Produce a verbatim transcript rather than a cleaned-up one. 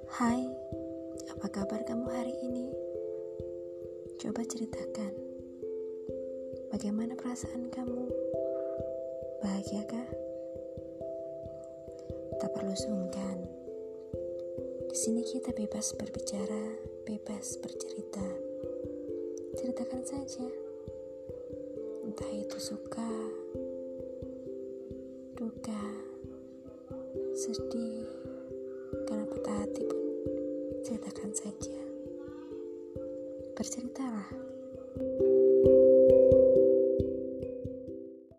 Hai, apa kabar kamu hari ini? Coba ceritakan, bagaimana perasaan kamu? Bahagiakah? Tak perlu sungkan. Di sini kita bebas berbicara, bebas bercerita. Ceritakan saja. Entah itu suka, duka, sedih, karena patah hati pun ceritakan saja.